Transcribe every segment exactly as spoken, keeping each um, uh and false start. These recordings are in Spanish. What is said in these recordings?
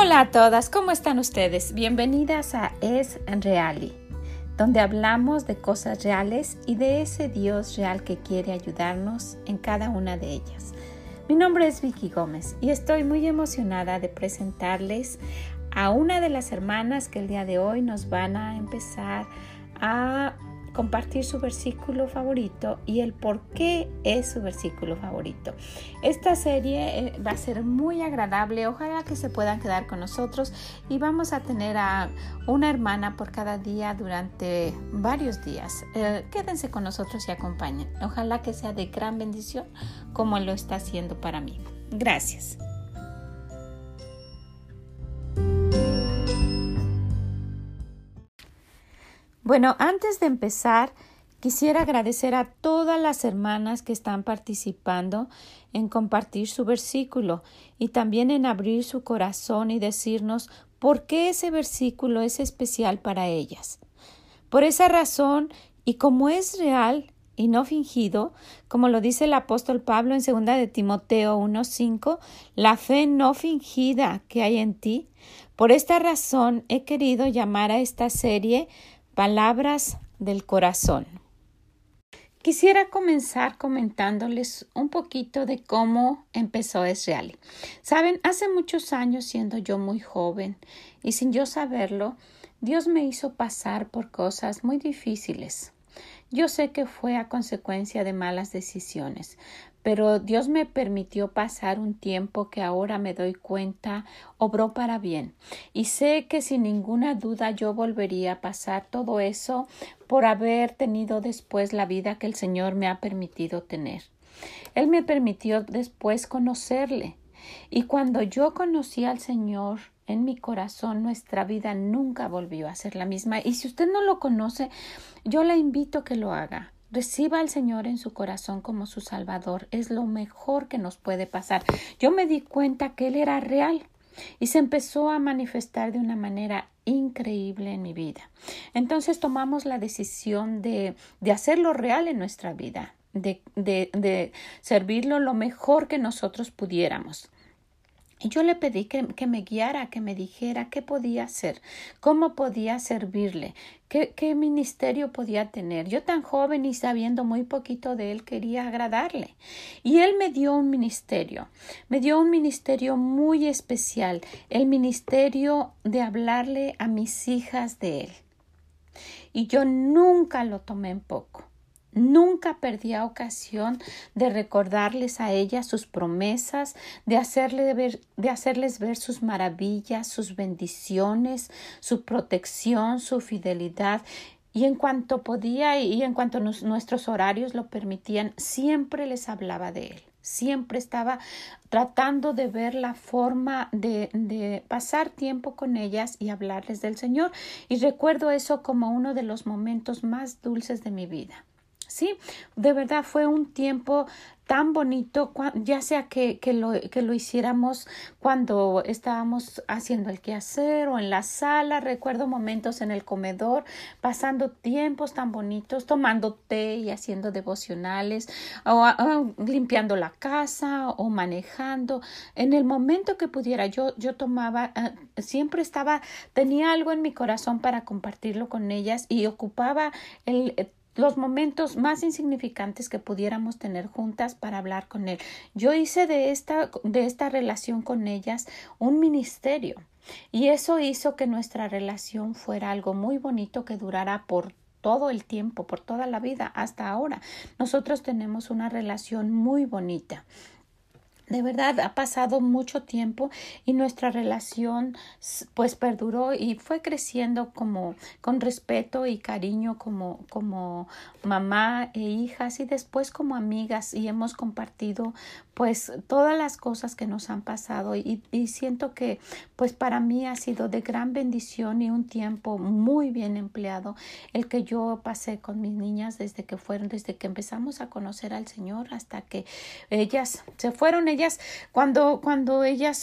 Hola a todas, ¿cómo están ustedes? Bienvenidas a Es Reali, donde hablamos de cosas reales y de ese Dios real que quiere ayudarnos en cada una de ellas. Mi nombre es Vicky Gómez y estoy muy emocionada de presentarles a una de las hermanas que el día de hoy nos van a empezar a compartir su versículo favorito y el por qué es su versículo favorito. Esta serie va a ser muy agradable, ojalá que se puedan quedar con nosotros y vamos a tener a una hermana por cada día durante varios días. Eh, quédense con nosotros y acompañen. Ojalá que sea de gran bendición como lo está haciendo para mí. Gracias. Bueno, antes de empezar, quisiera agradecer a todas las hermanas que están participando en compartir su versículo y también en abrir su corazón y decirnos por qué ese versículo es especial para ellas. Por esa razón, y como es real y no fingido, como lo dice el apóstol Pablo en segunda de Timoteo uno cinco, la fe no fingida que hay en ti. Por esta razón he querido llamar a esta serie Palabras del Corazón. Quisiera comenzar comentándoles un poquito de cómo empezó Es Reali. Saben, hace muchos años, siendo yo muy joven y sin yo saberlo, Dios me hizo pasar por cosas muy difíciles. Yo sé que fue a consecuencia de malas decisiones, pero Dios me permitió pasar un tiempo que ahora me doy cuenta obró para bien. Y sé que sin ninguna duda yo volvería a pasar todo eso por haber tenido después la vida que el Señor me ha permitido tener. Él me permitió después conocerle. Y cuando yo conocí al Señor en mi corazón, nuestra vida nunca volvió a ser la misma. Y si usted no lo conoce, yo le invito a que lo haga. Reciba al Señor en su corazón como su Salvador. Es lo mejor que nos puede pasar. Yo me di cuenta que Él era real y se empezó a manifestar de una manera increíble en mi vida. Entonces tomamos la decisión de, de hacerlo real en nuestra vida, de, de, de servirlo lo mejor que nosotros pudiéramos. Y yo le pedí que, que me guiara, que me dijera qué podía hacer, cómo podía servirle, qué, qué ministerio podía tener. Yo tan joven y sabiendo muy poquito de él quería agradarle. Y él me dio un ministerio, me dio un ministerio muy especial, el ministerio de hablarle a mis hijas de él. Y yo nunca lo tomé en poco. Nunca perdía ocasión de recordarles a ellas sus promesas, de, hacerle ver, de hacerles ver sus maravillas, sus bendiciones, su protección, su fidelidad. Y en cuanto podía y en cuanto nos, nuestros horarios lo permitían, siempre les hablaba de él. Siempre estaba tratando de ver la forma de, de pasar tiempo con ellas y hablarles del Señor. Y recuerdo eso como uno de los momentos más dulces de mi vida. Sí, de verdad fue un tiempo tan bonito, ya sea que, que, lo, que lo hiciéramos cuando estábamos haciendo el quehacer o en la sala. Recuerdo momentos en el comedor, pasando tiempos tan bonitos, tomando té y haciendo devocionales, o, o limpiando la casa o manejando. En el momento que pudiera, yo, yo tomaba, uh, siempre estaba, tenía algo en mi corazón para compartirlo con ellas y ocupaba el los momentos más insignificantes que pudiéramos tener juntas para hablar con él. Yo hice de esta, de esta relación con ellas un ministerio y eso hizo que nuestra relación fuera algo muy bonito que durara por todo el tiempo, por toda la vida, hasta ahora. Nosotros tenemos una relación muy bonita. De verdad, ha pasado mucho tiempo y nuestra relación pues perduró y fue creciendo como con respeto y cariño como, como mamá e hijas y después como amigas y hemos compartido pues todas las cosas que nos han pasado y, y siento que pues para mí ha sido de gran bendición y un tiempo muy bien empleado el que yo pasé con mis niñas desde que fueron, desde que empezamos a conocer al Señor hasta que ellas se fueron, ellas cuando, cuando ellas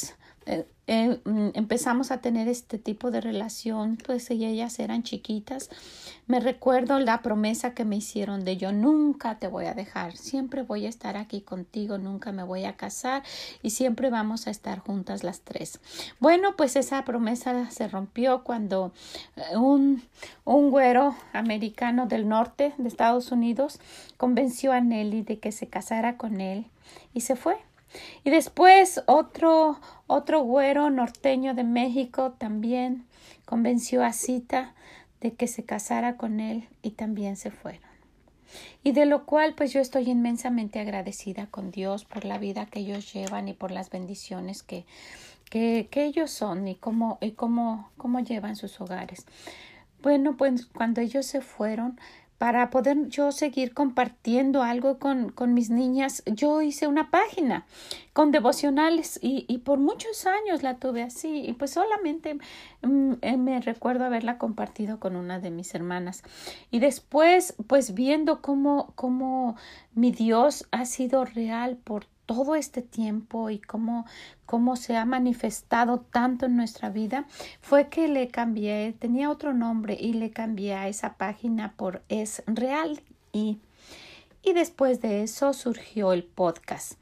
eh, eh, empezamos a tener este tipo de relación, pues y ellas eran chiquitas. Me recuerdo la promesa que me hicieron de yo nunca te voy a dejar, siempre voy a estar aquí contigo, nunca me voy a casar y siempre vamos a estar juntas las tres. Bueno, pues esa promesa se rompió cuando un, un güero americano del norte de Estados Unidos convenció a Nelly de que se casara con él y se fue. Y después otro, otro güero norteño de México también convenció a Cita de que se casara con él y también se fueron. Y de lo cual pues yo estoy inmensamente agradecida con Dios por la vida que ellos llevan y por las bendiciones que, que, que ellos son y cómo, y cómo, cómo llevan sus hogares. Bueno, pues cuando ellos se fueron, para poder yo seguir compartiendo algo con, con mis niñas, yo hice una página con devocionales y, y por muchos años la tuve así y pues solamente mm, me recuerdo haberla compartido con una de mis hermanas. Y después pues viendo cómo, cómo mi Dios ha sido real por todo este tiempo y cómo, cómo se ha manifestado tanto en nuestra vida, fue que le cambié, tenía otro nombre y le cambié a esa página por Es Real. Y, y después de eso surgió el podcast,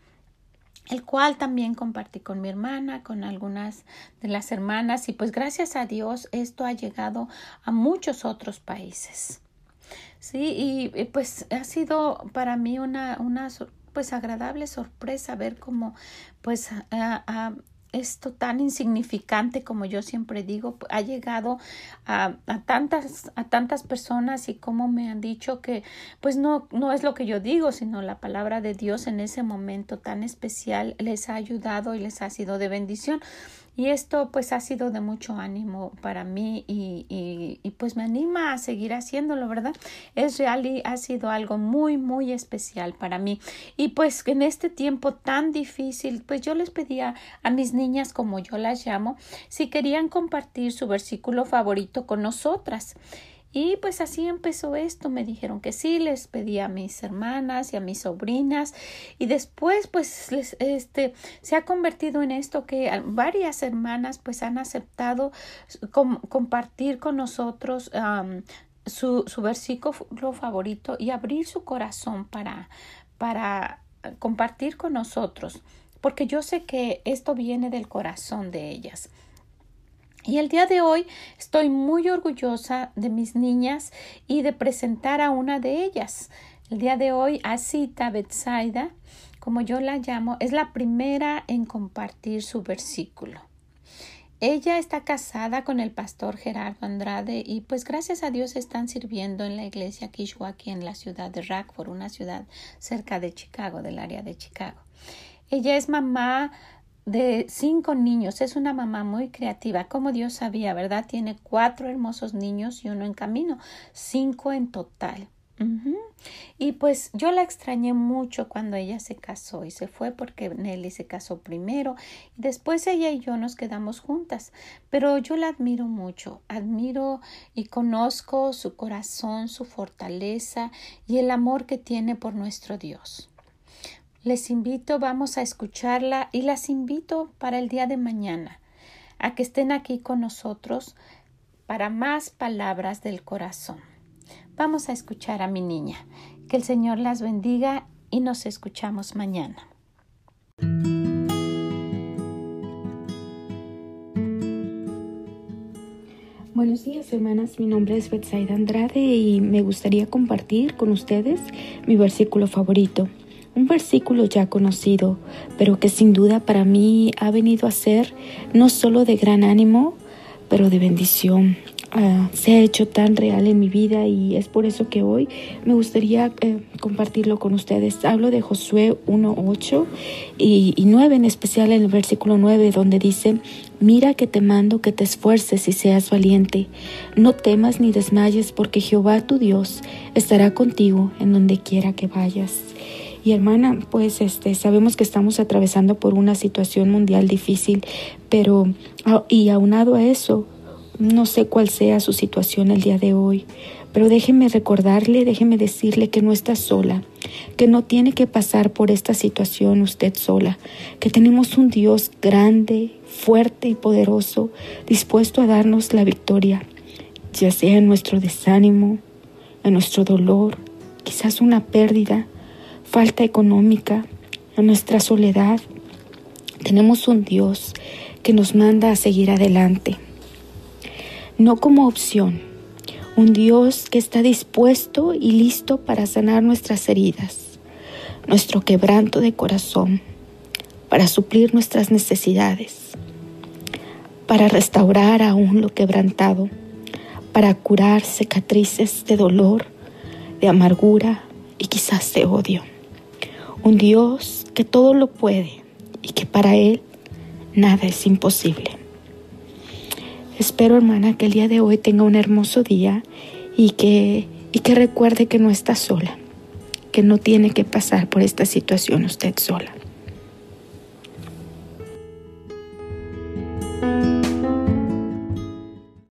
el cual también compartí con mi hermana, con algunas de las hermanas y pues gracias a Dios esto ha llegado a muchos otros países. Sí, y, y pues ha sido para mí una, una pues agradable sorpresa ver cómo pues uh, uh, esto tan insignificante como yo siempre digo ha llegado a, a tantas a tantas personas y cómo me han dicho que pues no no es lo que yo digo sino la palabra de Dios en ese momento tan especial les ha ayudado y les ha sido de bendición. Y esto pues ha sido de mucho ánimo para mí y, y, y pues me anima a seguir haciéndolo, ¿verdad? Es real y ha sido algo muy, muy especial para mí. Y pues en este tiempo tan difícil, pues yo les pedía a mis niñas, como yo las llamo, si querían compartir su versículo favorito con nosotras. Y pues así empezó esto, me dijeron que sí, les pedí a mis hermanas y a mis sobrinas y después pues les, este, se ha convertido en esto que varias hermanas pues han aceptado com- compartir con nosotros um, su, su versículo favorito y abrir su corazón para, para compartir con nosotros, porque yo sé que esto viene del corazón de ellas. Y el día de hoy estoy muy orgullosa de mis niñas y de presentar a una de ellas. El día de hoy, Asita Betsaida, como yo la llamo, es la primera en compartir su versículo. Ella está casada con el pastor Gerardo Andrade y pues gracias a Dios están sirviendo en la iglesia Kishwa aquí en la ciudad de Rockford, una ciudad cerca de Chicago, del área de Chicago. Ella es mamá de cinco niños, es una mamá muy creativa, como Dios sabía, ¿verdad? Tiene cuatro hermosos niños y uno en camino, cinco en total. Uh-huh. Y pues yo la extrañé mucho cuando ella se casó y se fue porque Nelly se casó primero y después ella y yo nos quedamos juntas, pero yo la admiro mucho, admiro y conozco su corazón, su fortaleza y el amor que tiene por nuestro Dios. Les invito, vamos a escucharla y las invito para el día de mañana a que estén aquí con nosotros para más palabras del corazón. Vamos a escuchar a mi niña. Que el Señor las bendiga y nos escuchamos mañana. Buenos días, hermanas. Mi nombre es Betsaida Andrade y me gustaría compartir con ustedes mi versículo favorito. Un versículo ya conocido, pero que sin duda para mí ha venido a ser no solo de gran ánimo, pero de bendición. Uh, se ha hecho tan real en mi vida y es por eso que hoy me gustaría eh, compartirlo con ustedes. Hablo de Josué uno, ocho y, y nueve, en especial en el versículo nueve, donde dice: mira que te mando que te esfuerces y seas valiente. No temas ni desmayes, porque Jehová tu Dios estará contigo en donde quiera que vayas. Y hermana, pues este, sabemos que estamos atravesando por una situación mundial difícil, pero y aunado a eso, no sé cuál sea su situación el día de hoy, Pero déjeme recordarle, déjeme decirle que no está sola, que no tiene que pasar por esta situación usted sola, que tenemos un Dios grande, fuerte y poderoso, dispuesto a darnos la victoria, ya sea en nuestro desánimo, en nuestro dolor, quizás una pérdida, falta económica, en nuestra soledad. Tenemos un Dios que nos manda a seguir adelante, no como opción, un Dios que está dispuesto y listo para sanar nuestras heridas, nuestro quebranto de corazón, para suplir nuestras necesidades, para restaurar aún lo quebrantado, para curar cicatrices de dolor, de amargura y quizás de odio. Un Dios que todo lo puede y que para Él nada es imposible. Espero, hermana, que el día de hoy tenga un hermoso día y que, y que recuerde que no está sola, que no tiene que pasar por esta situación usted sola.